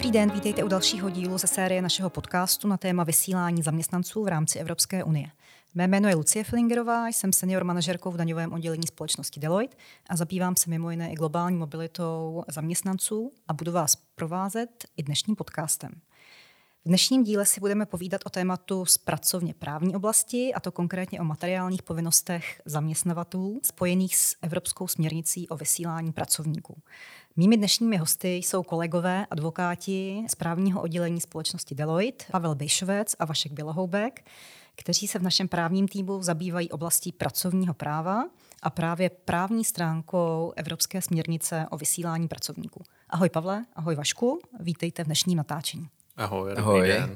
Dobrý den, vítejte u dalšího dílu ze série našeho podcastu na téma vysílání zaměstnanců v rámci Evropské unie. Mé jméno je Lucie Filingerová, jsem senior manažerkou v daňovém oddělení společnosti Deloitte a zabývám se mimo jiné i globální mobilitou zaměstnanců a budu vás provázet i dnešním podcastem. V dnešním díle si budeme povídat o tématu z pracovně právní oblasti, a to konkrétně o materiálních povinnostech zaměstnavatelů spojených s Evropskou směrnicí o vysílání pracovníků. Mými dnešními hosty jsou kolegové advokáti z právního oddělení společnosti Deloitte, Pavel Bejšovec a Vašek Bělohoubek, kteří se v našem právním týmu zabývají oblastí pracovního práva a právě právní stránkou Evropské směrnice o vysílání pracovníků. Ahoj Pavle, ahoj Vašku, vítejte v dnešním natáčení. Ahoj, Ahoj. den.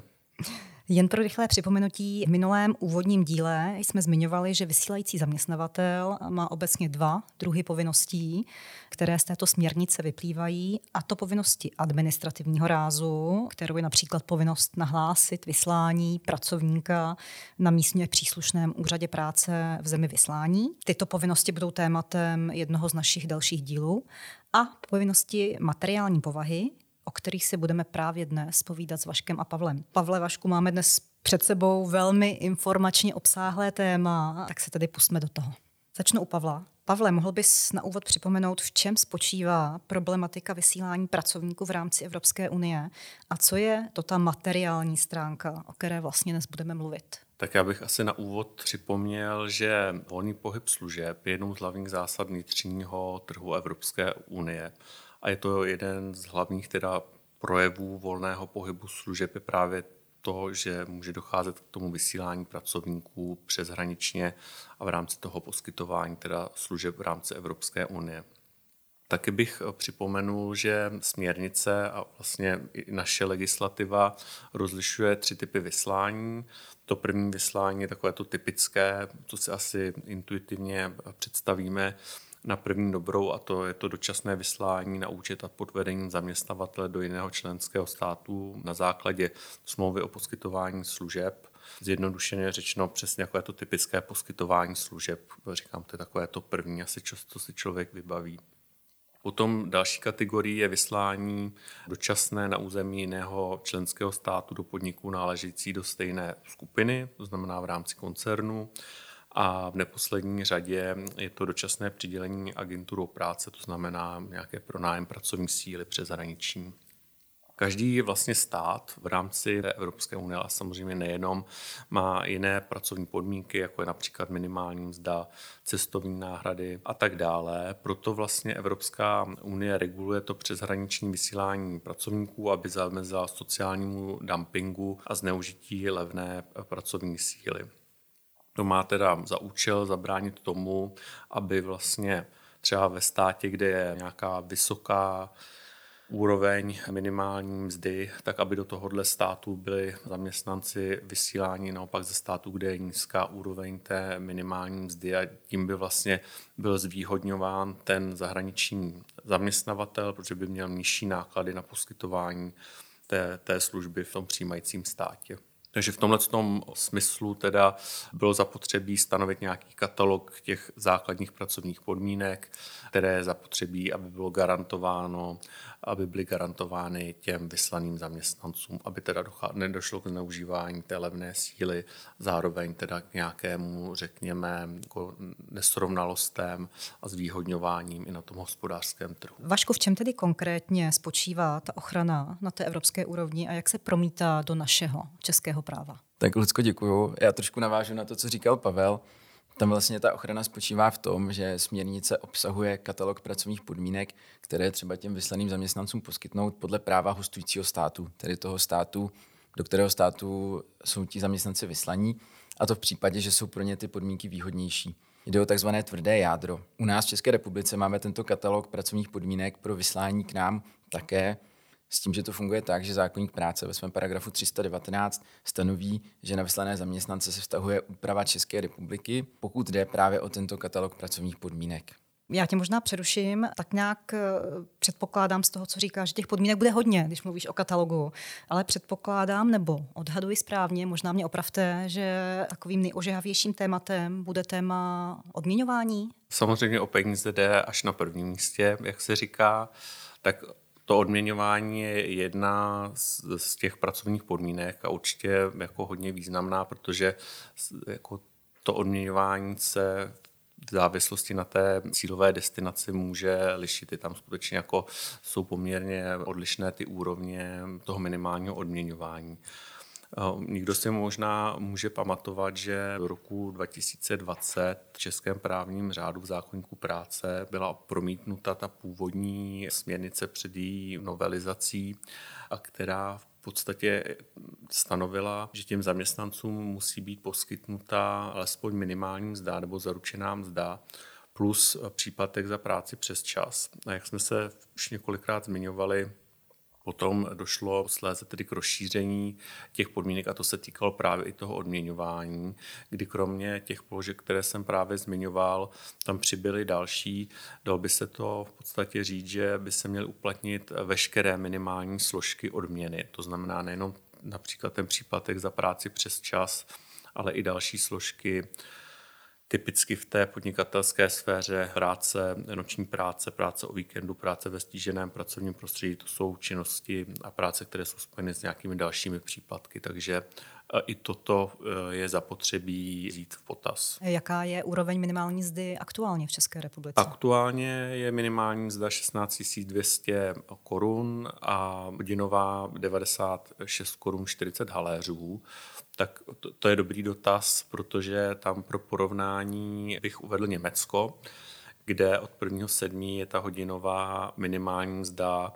Jen pro rychlé připomenutí, v minulém úvodním díle jsme zmiňovali, že vysílající zaměstnavatel má obecně dva druhy povinností, které z této směrnice vyplývají, a to povinnosti administrativního rázu, kterou je například povinnost nahlásit vyslání pracovníka na místně příslušném úřadě práce v zemi vyslání. Tyto povinnosti budou tématem jednoho z našich dalších dílů, a povinnosti materiální povahy, o kterých si budeme právě dnes povídat s Vaškem a Pavlem. Pavle, Vašku, máme dnes před sebou velmi informačně obsáhlé téma, tak se tedy pustíme do toho. Začnu u Pavla. Pavle, mohl bys na úvod připomenout, v čem spočívá problematika vysílání pracovníků v rámci Evropské unie a co je to ta materiální stránka, o které vlastně dnes budeme mluvit? Tak já bych asi na úvod připomněl, že volný pohyb služeb je jednou z hlavních zásad vnitřního trhu Evropské unie. A je to jeden z hlavních projevů volného pohybu služeb je právě to, že může docházet k tomu vysílání pracovníků přeshraničně a v rámci toho poskytování služeb v rámci Evropské unie. Taky bych připomenul, že směrnice a vlastně i naše legislativa rozlišuje 3 typy vyslání. To první vyslání je takové to typické, co si asi intuitivně představíme na první dobrou, a to je to dočasné vyslání na účet a pod vedením zaměstnavatele do jiného členského státu na základě smlouvy o poskytování služeb. Zjednodušeně řečeno přesně jako je to typické poskytování služeb. Říkám, to je takové to první, asi často si člověk vybaví. Potom další kategorii je vyslání dočasné na území jiného členského státu do podniků náležející do stejné skupiny, to znamená v rámci koncernu. A v neposlední řadě je to dočasné přidělení agenturou práce, to znamená nějaké pronájem pracovní síly přeshraniční. Každý vlastně stát v rámci Evropské unie, a samozřejmě nejenom, má jiné pracovní podmínky, jako je například minimální mzda, cestovní náhrady a tak dále. Proto vlastně Evropská unie reguluje to přeshraniční vysílání pracovníků, aby zamezila sociálnímu dumpingu a zneužití levné pracovní síly. To má za účel zabránit tomu, aby vlastně třeba ve státě, kde je nějaká vysoká úroveň minimální mzdy, tak aby do tohohle státu byli zaměstnanci vysíláni naopak ze státu, kde je nízká úroveň té minimální mzdy, a tím by vlastně byl zvýhodňován ten zahraniční zaměstnavatel, protože by měl nižší náklady na poskytování té služby v tom přijímajícím státě. Takže v tomhletom smyslu bylo zapotřebí stanovit nějaký katalog těch základních pracovních podmínek, které je zapotřebí, aby byly garantovány těm vyslaným zaměstnancům, aby nedošlo k zneužívání té levné síly, zároveň k nějakému, řekněme, jako nesrovnalostem a zvýhodňováním i na tom hospodářském trhu. Vašku, v čem tedy konkrétně spočívá ta ochrana na té evropské úrovni a jak se promítá do našeho českého práva? Tak Lucko, děkuju. Já trošku navážu na to, co říkal Pavel. Tam vlastně ta ochrana spočívá v tom, že směrnice obsahuje katalog pracovních podmínek, které třeba těm vyslaným zaměstnancům poskytnout podle práva hostujícího státu, tedy toho státu, do kterého státu jsou ti zaměstnanci vyslaní, a to v případě, že jsou pro ně ty podmínky výhodnější. Jde o takzvané tvrdé jádro. U nás v České republice máme tento katalog pracovních podmínek pro vyslání k nám také, s tím, že to funguje tak, že zákoník práce ve svém paragrafu 319 stanoví, že na vyslané zaměstnance se vztahuje úprava České republiky, pokud jde právě o tento katalog pracovních podmínek. Já tě možná přeruším, tak nějak předpokládám z toho, co říkáš, že těch podmínek bude hodně, když mluvíš o katalogu, ale předpokládám, nebo odhaduji správně, možná mě opravte, že takovým nejožehavějším tématem bude téma odměňování. Samozřejmě o peníze jde až na prvním místě, jak se říká, tak To odměňování je jedna z těch pracovních podmínek a určitě jako hodně významná, protože jako to odměňování se v závislosti na té cílové destinaci může lišit. I tam skutečně jako jsou poměrně odlišné ty úrovně toho minimálního odměňování. Nikdo si možná může pamatovat, že v roku 2020 v českém právním řádu v zákoníku práce byla promítnuta ta původní směrnice před její novelizací, a která v podstatě stanovila, že těm zaměstnancům musí být poskytnuta alespoň minimální mzda nebo zaručená mzda plus příplatek za práci přes čas. A jak jsme se už několikrát zmiňovali, potom došlo posléze tedy k rozšíření těch podmínek a to se týkalo právě i toho odměňování, kdy kromě těch položek, které jsem právě zmiňoval, tam přibyly další. Dalo by se to v podstatě říct, že by se měly uplatnit veškeré minimální složky odměny. To znamená nejenom například ten příplatek za práci přes čas, ale i další složky, typicky v té podnikatelské sféře práce, noční práce, práce o víkendu, práce ve stíženém pracovním prostředí, to jsou činnosti a práce, které jsou spojeny s nějakými dalšími příplatky, takže i toto je zapotřebí vzít v potaz. Jaká je úroveň minimální mzdy aktuálně v České republice? Aktuálně je minimální mzda 16 200 korun a hodinová 96 korun 40 haléřů. Tak to je dobrý dotaz, protože tam pro porovnání bych uvedl Německo, kde od 1.7. je ta hodinová minimální mzda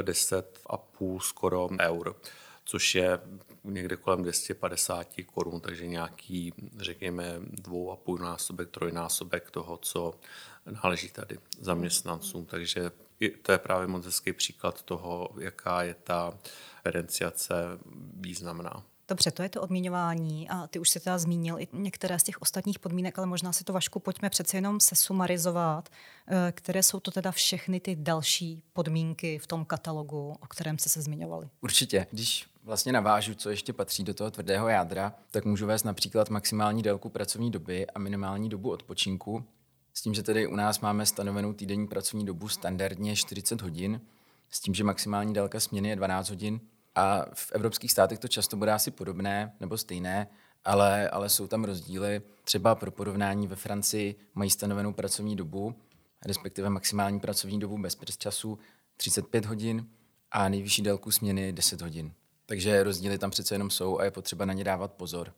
10,5 skoro eur, což je někde kolem 250 korun, takže nějaký, řekněme, 2,5násobek, trojnásobek toho, co náleží tady zaměstnancům. Takže to je právě moc hezký příklad toho, jaká je ta diferenciace významná. Dobře, to je to odměňování a ty už si teda zmínil i některé z těch ostatních podmínek, ale možná si to, Vašku, pojďme přece jenom sesumarizovat, které jsou to teda všechny ty další podmínky v tom katalogu, o kterém jste se zmiňovali. Určitě. Když vlastně navážu, co ještě patří do toho tvrdého jádra, tak můžu vést například maximální délku pracovní doby a minimální dobu odpočinku, s tím, že tedy u nás máme stanovenou týdenní pracovní dobu standardně 40 hodin, s tím, že maximální délka směny je 12 hodin, a v evropských státech to často bude asi podobné nebo stejné, ale jsou tam rozdíly. Třeba pro porovnání ve Francii mají stanovenou pracovní dobu, respektive maximální pracovní dobu bez přesčasu 35 hodin a nejvyšší délku směny 10 hodin. Takže rozdíly tam přece jenom jsou a je potřeba na ně dávat pozor.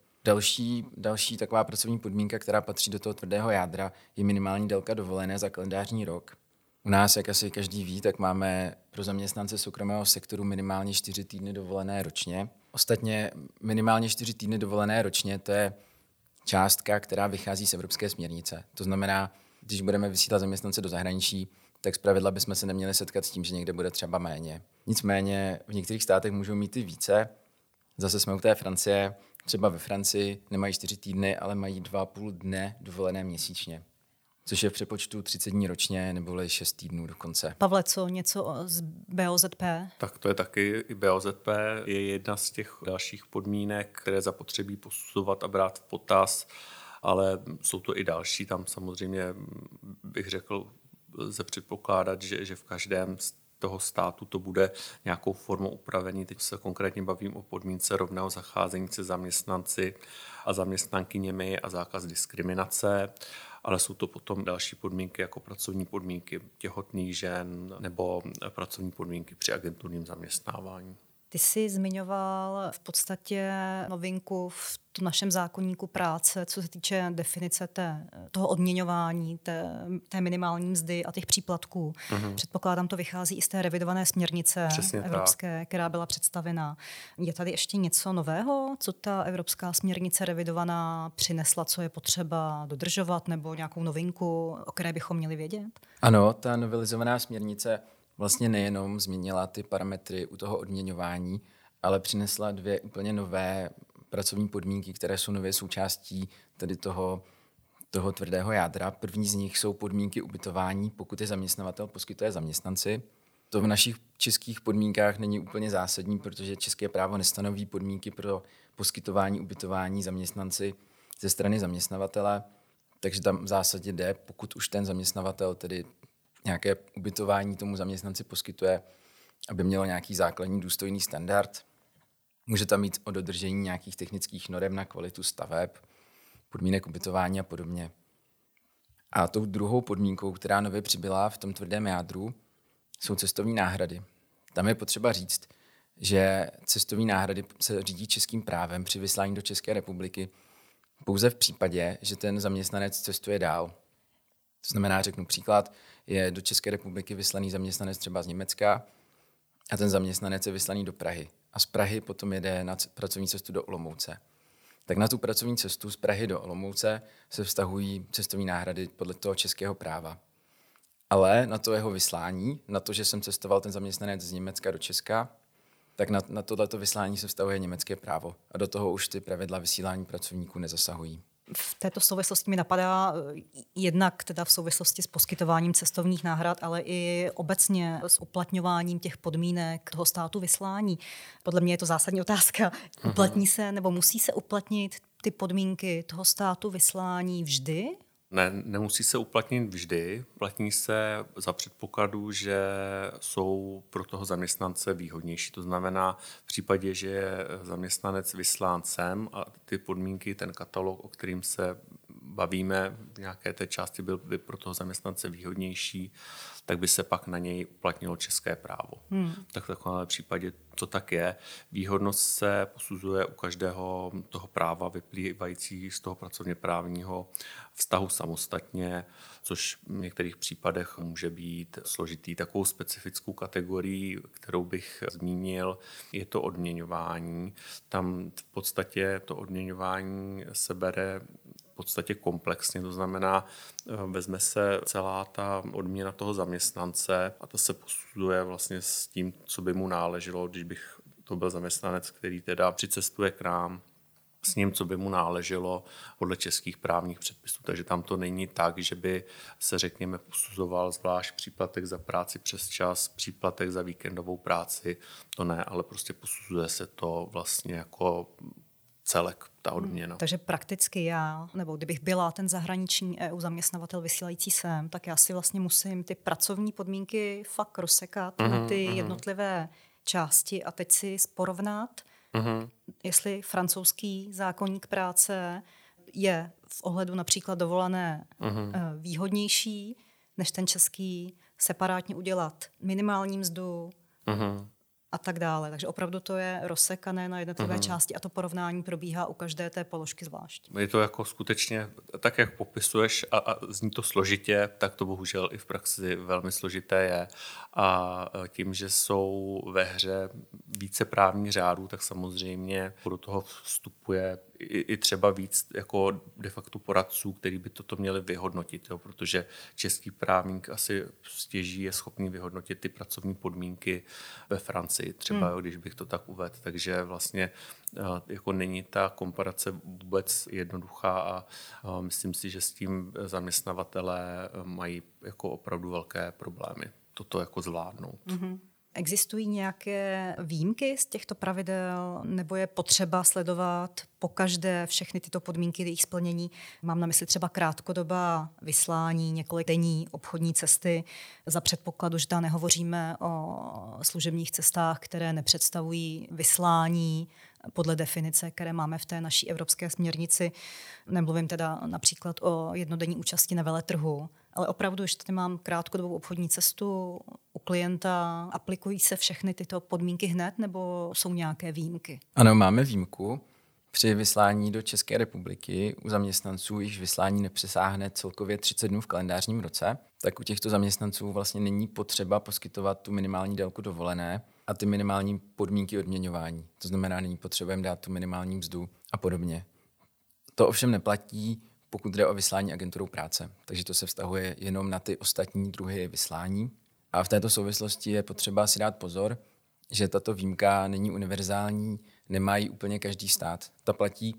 Další taková pracovní podmínka, která patří do toho tvrdého jádra, je minimální délka dovolené za kalendářní rok. U nás, jak asi každý ví, tak máme pro zaměstnance soukromého sektoru minimálně 4 týdny dovolené ročně. Ostatně minimálně 4 týdny dovolené ročně, to je částka, která vychází z evropské směrnice. To znamená, když budeme vysílat zaměstnance do zahraničí, tak zpravidla bychom se neměli setkat s tím, že někde bude třeba méně. Nicméně v některých státech můžou mít i více. Zase jsme u té Francie. Třeba ve Francii nemají 4 týdny, ale mají 2,5 dne dovolené měsíčně, což je v přepočtu 30 dní ročně nebo 6 týdnů dokonce. Pavle, co něco z BOZP? Tak to je taky, i BOZP je jedna z těch dalších podmínek, které zapotřebí posuzovat a brát v potaz, ale jsou to i další. Tam samozřejmě bych řekl, lze předpokládat, že v každém z toho státu to bude nějakou formou upravený. Teď se konkrétně bavím o podmínce rovného zacházení se zaměstnanci a zaměstnankyněmi a zákaz diskriminace, ale jsou to potom další podmínky jako pracovní podmínky těhotných žen nebo pracovní podmínky při agenturním zaměstnávání. Ty jsi zmiňoval v podstatě novinku v našem zákoníku práce, co se týče definice toho odměňování, té minimální mzdy a těch příplatků. Mm-hmm. Předpokládám, to vychází i z té revidované směrnice evropské, která byla představena. Je tady ještě něco nového, co ta evropská směrnice revidovaná přinesla, co je potřeba dodržovat, nebo nějakou novinku, o které bychom měli vědět? Ano, ta novelizovaná směrnice vlastně nejenom změnila ty parametry u toho odměňování, ale přinesla 2 úplně nové pracovní podmínky, které jsou nově součástí tedy toho tvrdého jádra. První z nich jsou podmínky ubytování, pokud je zaměstnavatel poskytuje zaměstnanci. To v našich českých podmínkách není úplně zásadní, protože české právo nestanoví podmínky pro poskytování ubytování zaměstnanci ze strany zaměstnavatele, takže tam v zásadě jde, pokud už ten zaměstnavatel tedy nějaké ubytování tomu zaměstnanci poskytuje, aby mělo nějaký základní důstojný standard. Může tam mít o dodržení nějakých technických norem na kvalitu staveb, podmínek ubytování a podobně. A tou druhou podmínkou, která nově přibyla v tom tvrdém jádru, jsou cestovní náhrady. Tam je potřeba říct, že cestovní náhrady se řídí českým právem při vyslání do České republiky pouze v případě, že ten zaměstnanec cestuje dál. To znamená, řeknu příklad, je do České republiky vyslaný zaměstnanec třeba z Německa a ten zaměstnanec je vyslaný do Prahy. A z Prahy potom jede na pracovní cestu do Olomouce. Tak na tu pracovní cestu z Prahy do Olomouce se vztahují cestovní náhrady podle toho českého práva. Ale na to jeho vyslání, na to, že jsem cestoval ten zaměstnanec z Německa do Česka, tak na tohleto vyslání se vztahuje německé právo. A do toho už ty pravidla vysílání pracovníků nezasahují. V této souvislosti mi napadá jednak teda v souvislosti s poskytováním cestovních náhrad, ale i obecně s uplatňováním těch podmínek toho státu vyslání. Podle mě je to zásadní otázka. Uplatní se nebo musí se uplatnit ty podmínky toho státu vyslání vždy? Ne, nemusí se uplatnit vždy. Platní se za předpokladu, že jsou pro toho zaměstnance výhodnější. To znamená v případě, že je zaměstnanec vyslán sem a ty podmínky, ten katalog, o kterým se bavíme, v nějaké té části by pro toho zaměstnance výhodnější, tak by se pak na něj uplatnilo české právo. Tak v takovém případě to tak je. Výhodnost se posuzuje u každého toho práva vyplývající z toho pracovně právního vztahu samostatně, což v některých případech může být složitý. Takovou specifickou kategorii, kterou bych zmínil, je to odměňování. Tam v podstatě to odměňování se bere v podstatě komplexně, to znamená, vezme se celá ta odměna toho zaměstnance a to se posuzuje vlastně s tím, co by mu náleželo, když bych to byl zaměstnanec, který teda přicestuje k nám, s ním, co by mu náleželo podle českých právních předpisů. Takže tam to není tak, že by se, řekněme, posuzoval zvlášť příplatek za práci přes čas, příplatek za víkendovou práci. To ne, ale prostě posuzuje se to vlastně jako celek, ta odměna. Takže prakticky já, nebo kdybych byla ten zahraniční EU zaměstnavatel vysílající sem, tak já si vlastně musím ty pracovní podmínky fakt rozsekat na ty jednotlivé části a teď si porovnat, jestli francouzský zákoník práce je v ohledu například dovolené výhodnější než ten český, separátně udělat minimální mzdu a tak dále. Takže opravdu to je rozsekané na jednotlivé části a to porovnání probíhá u každé té položky zvlášť. Je to jako skutečně, tak jak popisuješ a zní to složitě, tak to bohužel i v praxi velmi složité je. A tím, že jsou ve hře více právních řádů, tak samozřejmě do toho vstupuje i třeba víc jako de facto poradců, který by toto měli vyhodnotit, jo, protože český právník asi stěží je schopný vyhodnotit ty pracovní podmínky ve Francii, třeba, jo, když bych to tak uvedl. Takže vlastně jako není ta komparace vůbec jednoduchá a myslím si, že s tím zaměstnavatelé mají jako opravdu velké problémy toto jako zvládnout. Existují nějaké výjimky z těchto pravidel, nebo je potřeba sledovat pokaždé všechny tyto podmínky jejich splnění? Mám na mysli třeba krátkodobá vyslání, několik denní obchodní cesty, za předpokladu, že tam nehovoříme o služebních cestách, které nepředstavují vyslání podle definice, které máme v té naší evropské směrnici. Nemluvím teda například o jednodenní účasti na veletrhu, ale opravdu, že tady mám krátkodobou obchodní cestu u klienta, aplikují se všechny tyto podmínky hned, nebo jsou nějaké výjimky? Ano, máme výjimku. Při vyslání do České republiky u zaměstnanců, již vyslání nepřesáhne celkově 30 dnů v kalendářním roce, tak u těchto zaměstnanců vlastně není potřeba poskytovat tu minimální délku dovolené a ty minimální podmínky odměňování. To znamená, není potřeba jim dát tu minimální mzdu a podobně. To ovšem neplatí, pokud jde o vyslání agenturou práce. Takže to se vztahuje jenom na ty ostatní druhy vyslání. A v této souvislosti je potřeba si dát pozor, že tato výjimka není univerzální, nemá ji úplně každý stát. Ta platí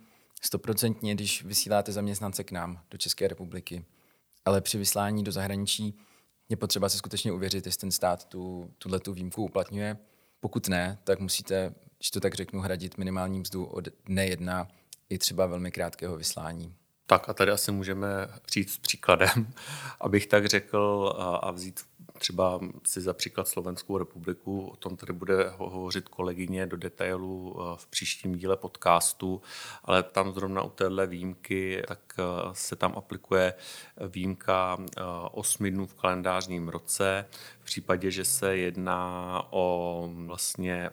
100%, když vysíláte zaměstnance k nám do České republiky. Ale při vyslání do zahraničí je potřeba se skutečně uvěřit, jestli ten stát tuhletu výjimku uplatňuje. Pokud ne, tak musíte, když to tak řeknu, hradit minimální mzdu od dne 1 i třeba velmi krátkého vyslání. Tak a tady asi můžeme přijít s příkladem, abych tak řekl, a vzít třeba si za příklad Slovenskou republiku, o tom tady bude hovořit kolegyně do detailu v příštím díle podcastu, ale tam zrovna u téhle výjimky, tak se tam aplikuje výjimka 8 dnů v kalendářním roce, v případě, že se jedná o vlastně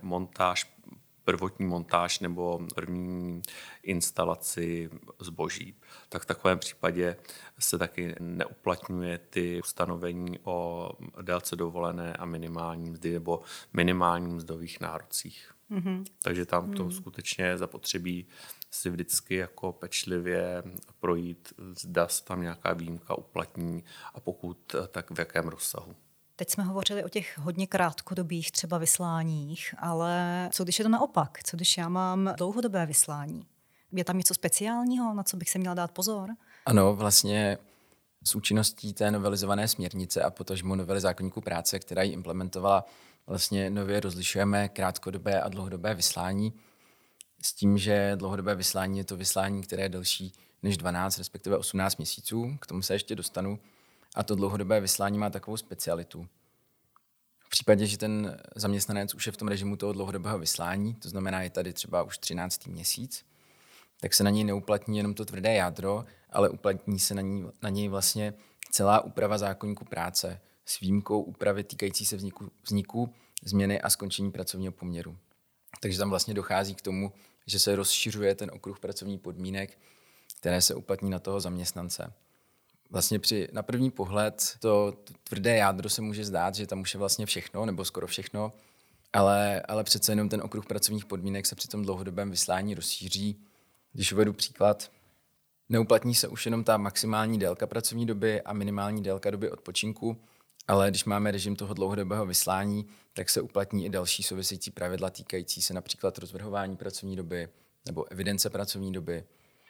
prvotní montáž nebo první instalaci zboží. Tak v takovém případě se taky neuplatňuje ty ustanovení o délce dovolené a minimální mzdy nebo minimálních mzdových nárocích. Mm-hmm. Takže tam to skutečně je zapotřebí si vždycky jako pečlivě projít, zda se tam nějaká výjimka uplatní a pokud, tak v jakém rozsahu. Teď jsme hovořili o těch hodně krátkodobých třeba vysláních, ale co když je to naopak? Co když já mám dlouhodobé vyslání? Je tam něco speciálního, na co bych se měla dát pozor? Ano, vlastně s účinností té novelizované směrnice a potažmo novely zákoníku práce, která ji implementovala, vlastně nově rozlišujeme krátkodobé a dlouhodobé vyslání s tím, že dlouhodobé vyslání je to vyslání, které je delší než 12, respektive 18 měsíců. K tomu se ještě dostanu. A to dlouhodobé vyslání má takovou specialitu. V případě, že ten zaměstnanec už je v tom režimu toho dlouhodobého vyslání, to znamená, je tady třeba už 13. měsíc, tak se na něj neuplatní jenom to tvrdé jádro, ale uplatní se na něj vlastně celá úprava zákoníku práce s výjimkou úpravy týkající se vzniku, změny a skončení pracovního poměru. Takže tam vlastně dochází k tomu, že se rozšiřuje ten okruh pracovních podmínek, které se uplatní na toho zaměstnance. Vlastně na první pohled to tvrdé jádro se může zdát, že tam už je vlastně všechno, nebo skoro všechno, ale přece jenom ten okruh pracovních podmínek se při tom dlouhodobém vyslání rozšíří. Když uvedu příklad, neuplatní se už jenom ta maximální délka pracovní doby a minimální délka doby odpočinku, ale když máme režim toho dlouhodobého vyslání, tak se uplatní i další související pravidla týkající se například rozvrhování pracovní doby nebo evidence pracovní doby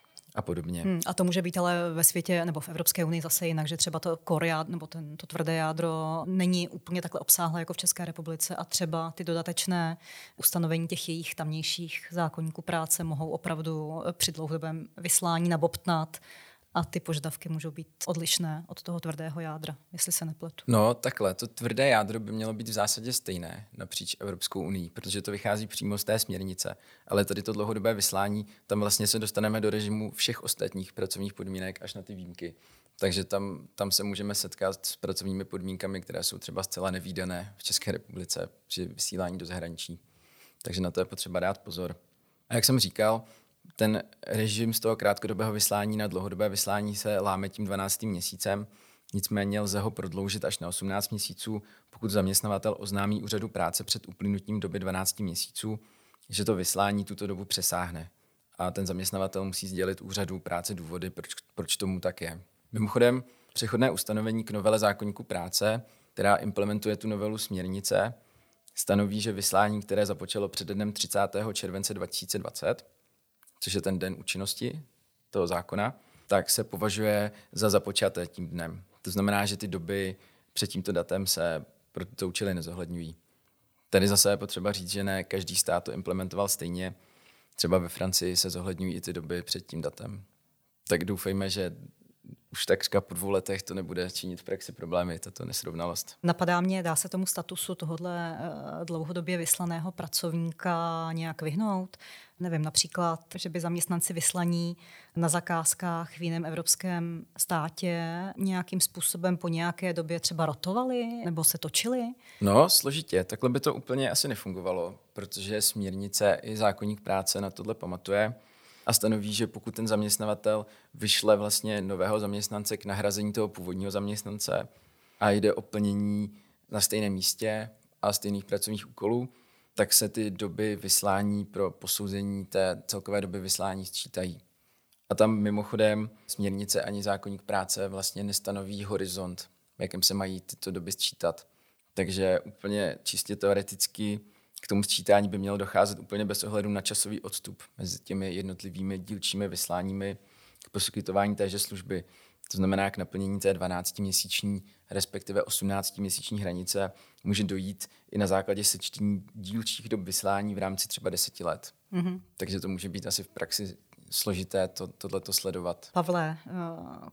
a podobně. A to může být ale ve světě nebo v Evropské unii zase jinak, že třeba to core jádro, nebo to tvrdé jádro není úplně takhle obsáhlé jako v České republice a třeba ty dodatečné ustanovení těch jejich tamnějších zákoníků práce mohou opravdu při dlouhodobém vyslání nabobtnat a ty požadavky můžou být odlišné od toho tvrdého jádra, jestli se nepletu. No takhle, to tvrdé jádro by mělo být v zásadě stejné napříč Evropskou unii, protože to vychází přímo z té směrnice, ale tady to dlouhodobé vyslání, tam vlastně se dostaneme do režimu všech ostatních pracovních podmínek až na ty výjimky. Takže tam se můžeme setkat s pracovními podmínkami, které jsou třeba zcela nevídané v České republice při vysílání do zahraničí. Takže na to je potřeba dát pozor. A jak jsem říkal, ten režim z toho krátkodobého vyslání na dlouhodobé vyslání se láme tím 12. měsícem, nicméně lze ho prodloužit až na 18 měsíců, pokud zaměstnavatel oznámí úřadu práce před uplynutím doby 12 měsíců, že to vyslání tuto dobu přesáhne. A ten zaměstnavatel musí sdělit úřadu práce důvody, proč tomu tak je. Mimochodem, přechodné ustanovení k novele zákoníku práce, která implementuje tu novelu směrnice, stanoví, že vyslání, které započalo před dnem 30. července 2020, což je ten den účinnosti toho zákona, tak se považuje za započaté tím dnem. To znamená, že ty doby před tímto datem se pro tyto účely nezohledňují. Tady zase je potřeba říct, že ne každý stát to implementoval stejně. Třeba ve Francii se zohledňují i ty doby před tím datem. Tak doufejme, že už takřka po 2 letech to nebude činit v praxi problémy, tato nesrovnalost. Napadá mě, dá se tomu statusu tohohle dlouhodobě vyslaného pracovníka nějak vyhnout? Nevím, například, že by zaměstnanci vyslaní na zakázkách v jiném evropském státě nějakým způsobem po nějaké době třeba rotovali nebo se točili? No, složitě. Takhle by to úplně asi nefungovalo, protože směrnice i zákoník práce na tohle pamatuje a stanoví, že pokud ten zaměstnavatel vyšle vlastně nového zaměstnance k nahrazení toho původního zaměstnance a jde o plnění na stejném místě a stejných pracovních úkolů, tak se ty doby vyslání pro posouzení té celkové doby vyslání sčítají. A tam mimochodem směrnice ani zákoník práce vlastně nestanoví horizont, v jakém se mají tyto doby sčítat. Takže úplně čistě teoreticky k tomu sčítání by mělo docházet úplně bez ohledu na časový odstup mezi těmi jednotlivými dílčími vysláními k poskytování téže služby. To znamená, k naplnění té 12-měsíční, respektive 18-měsíční hranice může dojít i na základě sečtení dílčích dob vyslání v rámci třeba 10 let. Mm-hmm. Takže to může být asi v praxi složité tohleto sledovat. Pavle,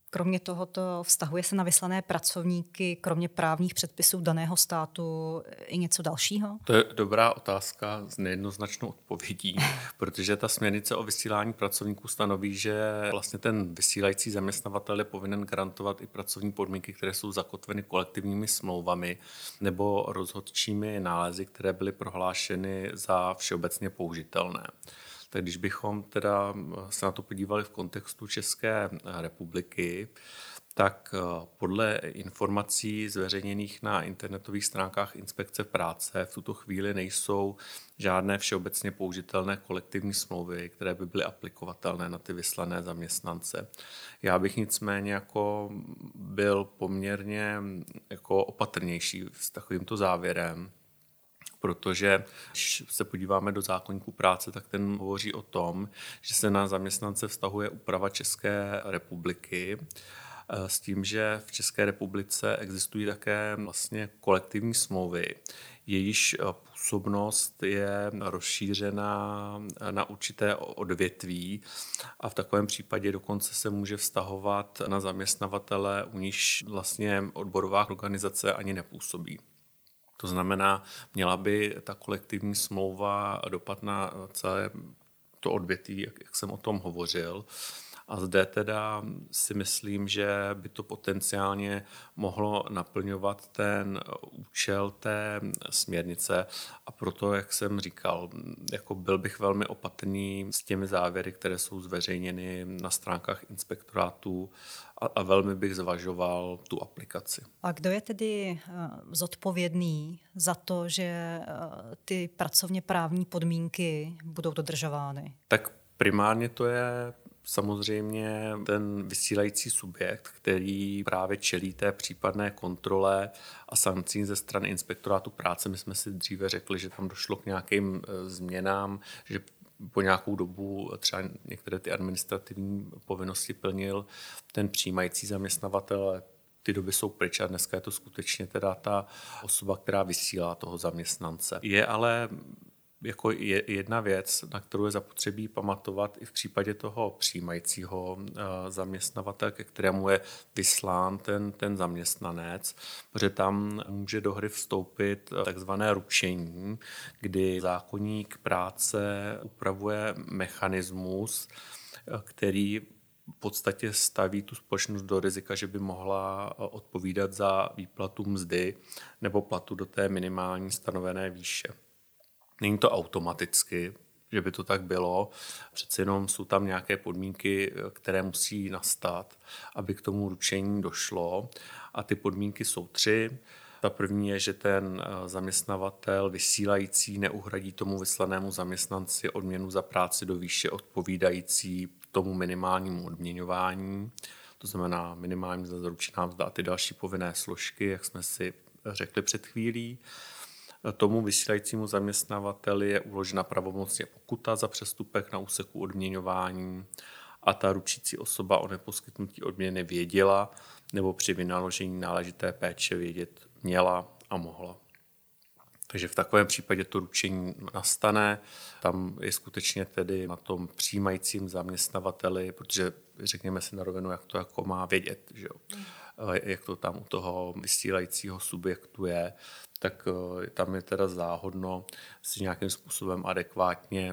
Kromě tohoto vztahuje se na vyslané pracovníky, kromě právních předpisů daného státu, i něco dalšího? To je dobrá otázka s nejednoznačnou odpovědí, protože ta směrnice o vysílání pracovníků stanoví, že vlastně ten vysílající zaměstnavatel je povinen garantovat i pracovní podmínky, které jsou zakotveny kolektivními smlouvami nebo rozhodčími nálezy, které byly prohlášeny za všeobecně použitelné. Tak když bychom teda se na to podívali v kontextu České republiky, tak podle informací zveřejněných na internetových stránkách Inspekce práce v tuto chvíli nejsou žádné všeobecně použitelné kolektivní smlouvy, které by byly aplikovatelné na ty vyslané zaměstnance. Já bych nicméně jako byl poměrně jako opatrnější s takovýmto závěrem, protože když se podíváme do zákoníku práce, tak ten hovoří o tom, že se na zaměstnance vztahuje úprava České republiky, s tím, že v České republice existují také vlastně kolektivní smlouvy. Jejíž působnost je rozšířena na určité odvětví a v takovém případě dokonce se může vztahovat na zaměstnavatele, u níž vlastně odborová organizace ani nepůsobí. To znamená, měla by ta kolektivní smlouva dopad na celé to odvětví, jak jsem o tom hovořil. A zde teda si myslím, že by to potenciálně mohlo naplňovat ten účel té směrnice a proto, jak jsem říkal, jako byl bych velmi opatrný s těmi závěry, které jsou zveřejněny na stránkách inspektorátů a velmi bych zvažoval tu aplikaci. A kdo je tedy zodpovědný za to, že ty pracovně právní podmínky budou dodržovány? Tak primárně to je samozřejmě ten vysílající subjekt, který právě čelí té případné kontrole a sankcím ze strany Inspektorátu práce. My jsme si dříve řekli, že tam došlo k nějakým změnám, že po nějakou dobu třeba některé ty administrativní povinnosti plnil ten přijímající zaměstnavatel. Ty doby jsou pryč a dneska je to skutečně teda ta osoba, která vysílá toho zaměstnance. Je ale jako jedna věc, na kterou je zapotřebí pamatovat i v případě toho přijímajícího zaměstnavatele, ke kterému je vyslán ten zaměstnanec, protože tam může do hry vstoupit takzvané ručení, kdy zákoník práce upravuje mechanismus, který v podstatě staví tu společnost do rizika, že by mohla odpovídat za výplatu mzdy nebo platu do té minimální stanovené výše. Není to automaticky, že by to tak bylo. Přece jenom jsou tam nějaké podmínky, které musí nastat, aby k tomu ručení došlo. A ty podmínky jsou 3. Ta první je, že ten zaměstnavatel vysílající neuhradí tomu vyslanému zaměstnanci odměnu za práci do výše odpovídající tomu minimálnímu odměňování. To znamená minimální mzda, zaručená mzda a ty další povinné složky, jak jsme si řekli před chvílí. Tomu vysílajícímu zaměstnavateli je uložena pravomocně pokuta za přestupek na úseku odměňování a ta ručící osoba o neposkytnutí odměny věděla nebo při vynaložení náležité péče vědět měla a mohla. Takže v takovém případě to ručení nastane. Tam je skutečně tedy na tom přijímajícím zaměstnavateli, protože řekněme si na rovinu, jak to jako má vědět, že jo? Jak to tam u toho vysílajícího subjektu je, tak tam je teda záhodno si nějakým způsobem adekvátně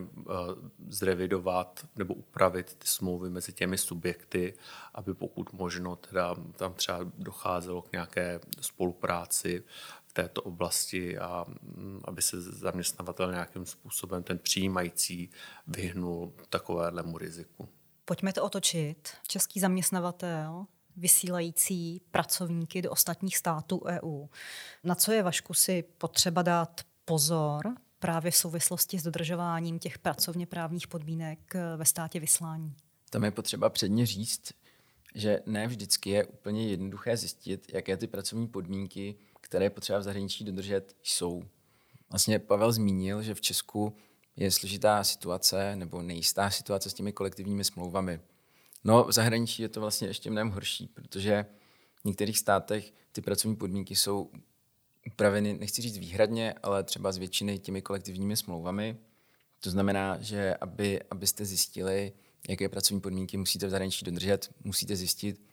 zrevidovat nebo upravit ty smlouvy mezi těmi subjekty, aby pokud možno teda tam třeba docházelo k nějaké spolupráci v této oblasti a aby se zaměstnavatel nějakým způsobem ten přijímající vyhnul takovému riziku. Pojďme to otočit. Český zaměstnavatel vysílající pracovníky do ostatních států EU. Na co je, Vašku, si potřeba dát pozor právě v souvislosti s dodržováním těch pracovně právních podmínek ve státě vyslání? Tam je potřeba předně říct, že ne vždycky je úplně jednoduché zjistit, jaké ty pracovní podmínky, které potřeba v zahraničí dodržet, jsou. Vlastně Pavel zmínil, že v Česku je složitá situace nebo nejistá situace s těmi kolektivními smlouvami. No, v zahraničí je to vlastně ještě mnohem horší, protože v některých státech ty pracovní podmínky jsou upraveny, nechci říct výhradně, ale třeba z většiny těmi kolektivními smlouvami. To znamená, že abyste zjistili, jaké pracovní podmínky musíte v zahraničí dodržet, musíte zjistit,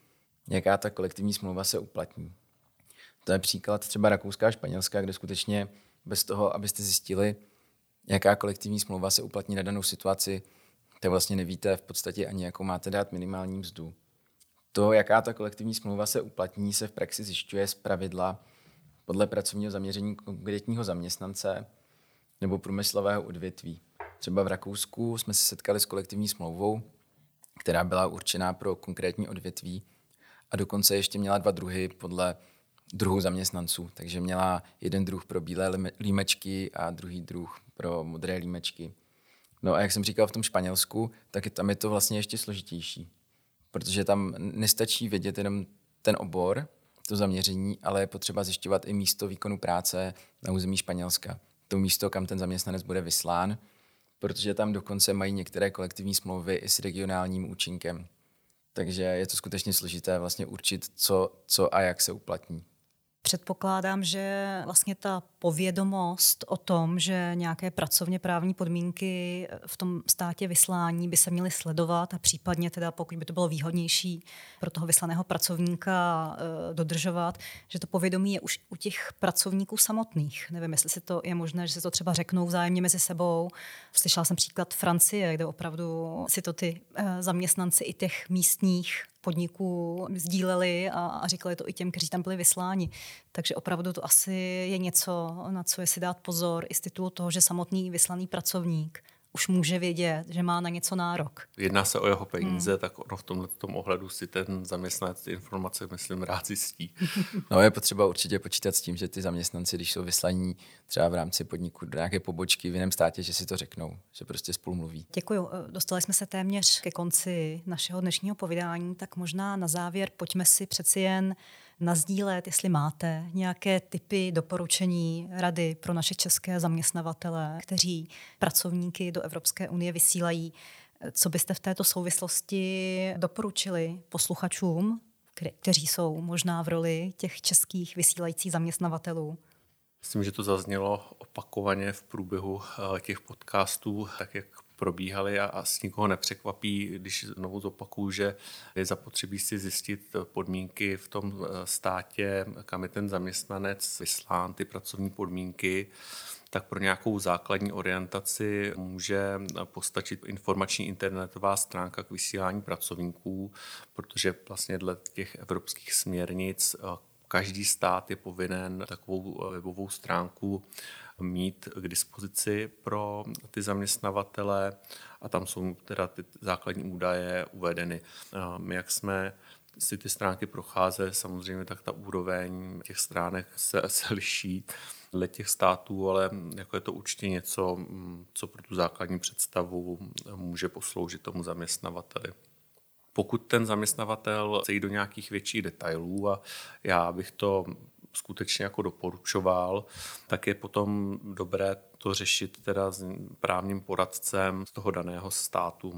jaká ta kolektivní smlouva se uplatní. To je příklad třeba Rakouska a Španělska, kde skutečně bez toho, abyste zjistili, jaká kolektivní smlouva se uplatní na danou situaci, tak vlastně nevíte v podstatě ani, jakou máte dát minimální mzdu. To, jaká ta kolektivní smlouva se uplatní, se v praxi zjišťuje z pravidla podle pracovního zaměření konkrétního zaměstnance nebo průmyslového odvětví. Třeba v Rakousku jsme se setkali s kolektivní smlouvou, která byla určená pro konkrétní odvětví a dokonce ještě měla 2 druhy podle druhu zaměstnanců. Takže měla jeden druh pro bílé límečky a druhý druh pro modré límečky. No a jak jsem říkal v tom Španělsku, tak tam je to vlastně ještě složitější, protože tam nestačí vědět jenom ten obor, to zaměření, ale je potřeba zjišťovat i místo výkonu práce na území Španělska. To místo, kam ten zaměstnanec bude vyslán, protože tam dokonce mají některé kolektivní smlouvy i s regionálním účinkem. Takže je to skutečně složité vlastně určit, co a jak se uplatní. Předpokládám, že vlastně ta povědomost o tom, že nějaké pracovně právní podmínky v tom státě vyslání by se měly sledovat a případně teda, pokud by to bylo výhodnější pro toho vyslaného pracovníka dodržovat, že to povědomí je už u těch pracovníků samotných. Nevím, jestli si to je možné, že si to třeba řeknou vzájemně mezi sebou. Slyšela jsem příklad Francie, kde opravdu si to ty zaměstnanci i těch místních podniků sdíleli a říkali to i těm, kteří tam byli vysláni. Takže opravdu to asi je něco, na co je si dát pozor i z titulu toho, že samotný vyslaný pracovník už může vědět, že má na něco nárok. Jedná se o jeho peníze, tak ono v tomto ohledu si ten zaměstnanec ty informace, myslím, rád zjistí. No, je potřeba určitě počítat s tím, že ty zaměstnanci, když jsou vyslaní třeba v rámci podniku do nějaké pobočky v jiném státě, že si to řeknou, že prostě spolu mluví. Děkuju. Dostali jsme se téměř ke konci našeho dnešního povídání, tak možná na závěr pojďme si přeci jen nasdílet, jestli máte nějaké tipy, doporučení, rady pro naše české zaměstnavatele, kteří pracovníky do Evropské unie vysílají. Co byste v této souvislosti doporučili posluchačům, kteří jsou možná v roli těch českých vysílajících zaměstnavatelů? Myslím, že to zaznělo opakovaně v průběhu těch podcastů, tak jak probíhaly a asi nikoho nepřekvapí, když znovu zopakuju, že je zapotřebí si zjistit podmínky v tom státě, kam je ten zaměstnanec vyslán, ty pracovní podmínky, tak pro nějakou základní orientaci může postačit informační internetová stránka k vysílání pracovníků, protože vlastně dle těch evropských směrnic každý stát je povinen takovou webovou stránku mít k dispozici pro ty zaměstnavatele a tam jsou teda ty základní údaje uvedeny. My, jak jsme si ty stránky procházeli, samozřejmě tak ta úroveň těch stránek se liší dle těch států, ale jako je to určitě něco, co pro tu základní představu může posloužit tomu zaměstnavateli. Pokud ten zaměstnavatel chce jít do nějakých větších detailů a já bych to skutečně jako doporučoval, tak je potom dobré to řešit teda s právním poradcem z toho daného státu.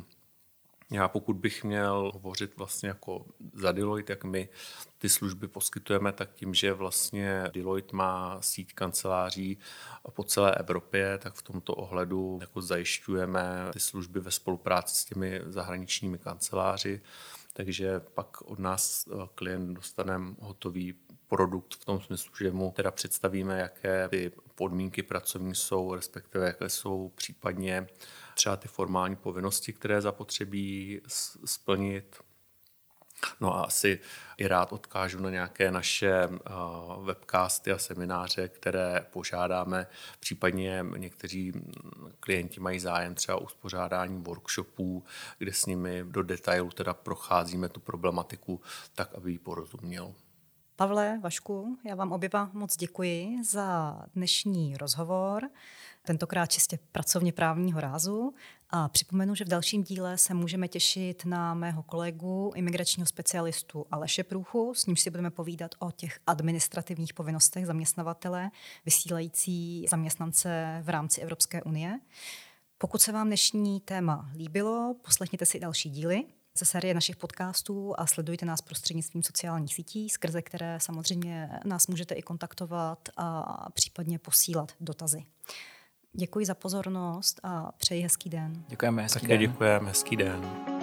Já pokud bych měl hovořit vlastně jako za Deloitte, jak my ty služby poskytujeme, tak tím, že vlastně Deloitte má síť kanceláří po celé Evropě, tak v tomto ohledu jako zajišťujeme ty služby ve spolupráci s těmi zahraničními kanceláři, takže pak od nás klient dostane hotový produkt v tom smyslu, že mu teda představíme, jaké ty podmínky pracovní jsou, respektive jaké jsou případně třeba ty formální povinnosti, které zapotřebí splnit. No a asi i rád odkážu na nějaké naše webcasty a semináře, které požádáme. Případně někteří klienti mají zájem třeba uspořádání workshopů, kde s nimi do detailu teda procházíme tu problematiku tak, aby ji porozuměl. Pavle, Vašku, já vám oběma moc děkuji za dnešní rozhovor, tentokrát čistě pracovně právního rázu. A připomenu, že v dalším díle se můžeme těšit na mého kolegu, imigračního specialistu Aleše Průchu, s nímž si budeme povídat o těch administrativních povinnostech zaměstnavatele vysílající zaměstnance v rámci Evropské unie. Pokud se vám dnešní téma líbilo, poslechněte si další díly ze série našich podcastů a sledujte nás prostřednictvím sociálních sítí, skrze které samozřejmě nás můžete i kontaktovat a případně posílat dotazy. Děkuji za pozornost a přeji hezký den. Děkujeme, hezký den. Také děkujeme, hezký den.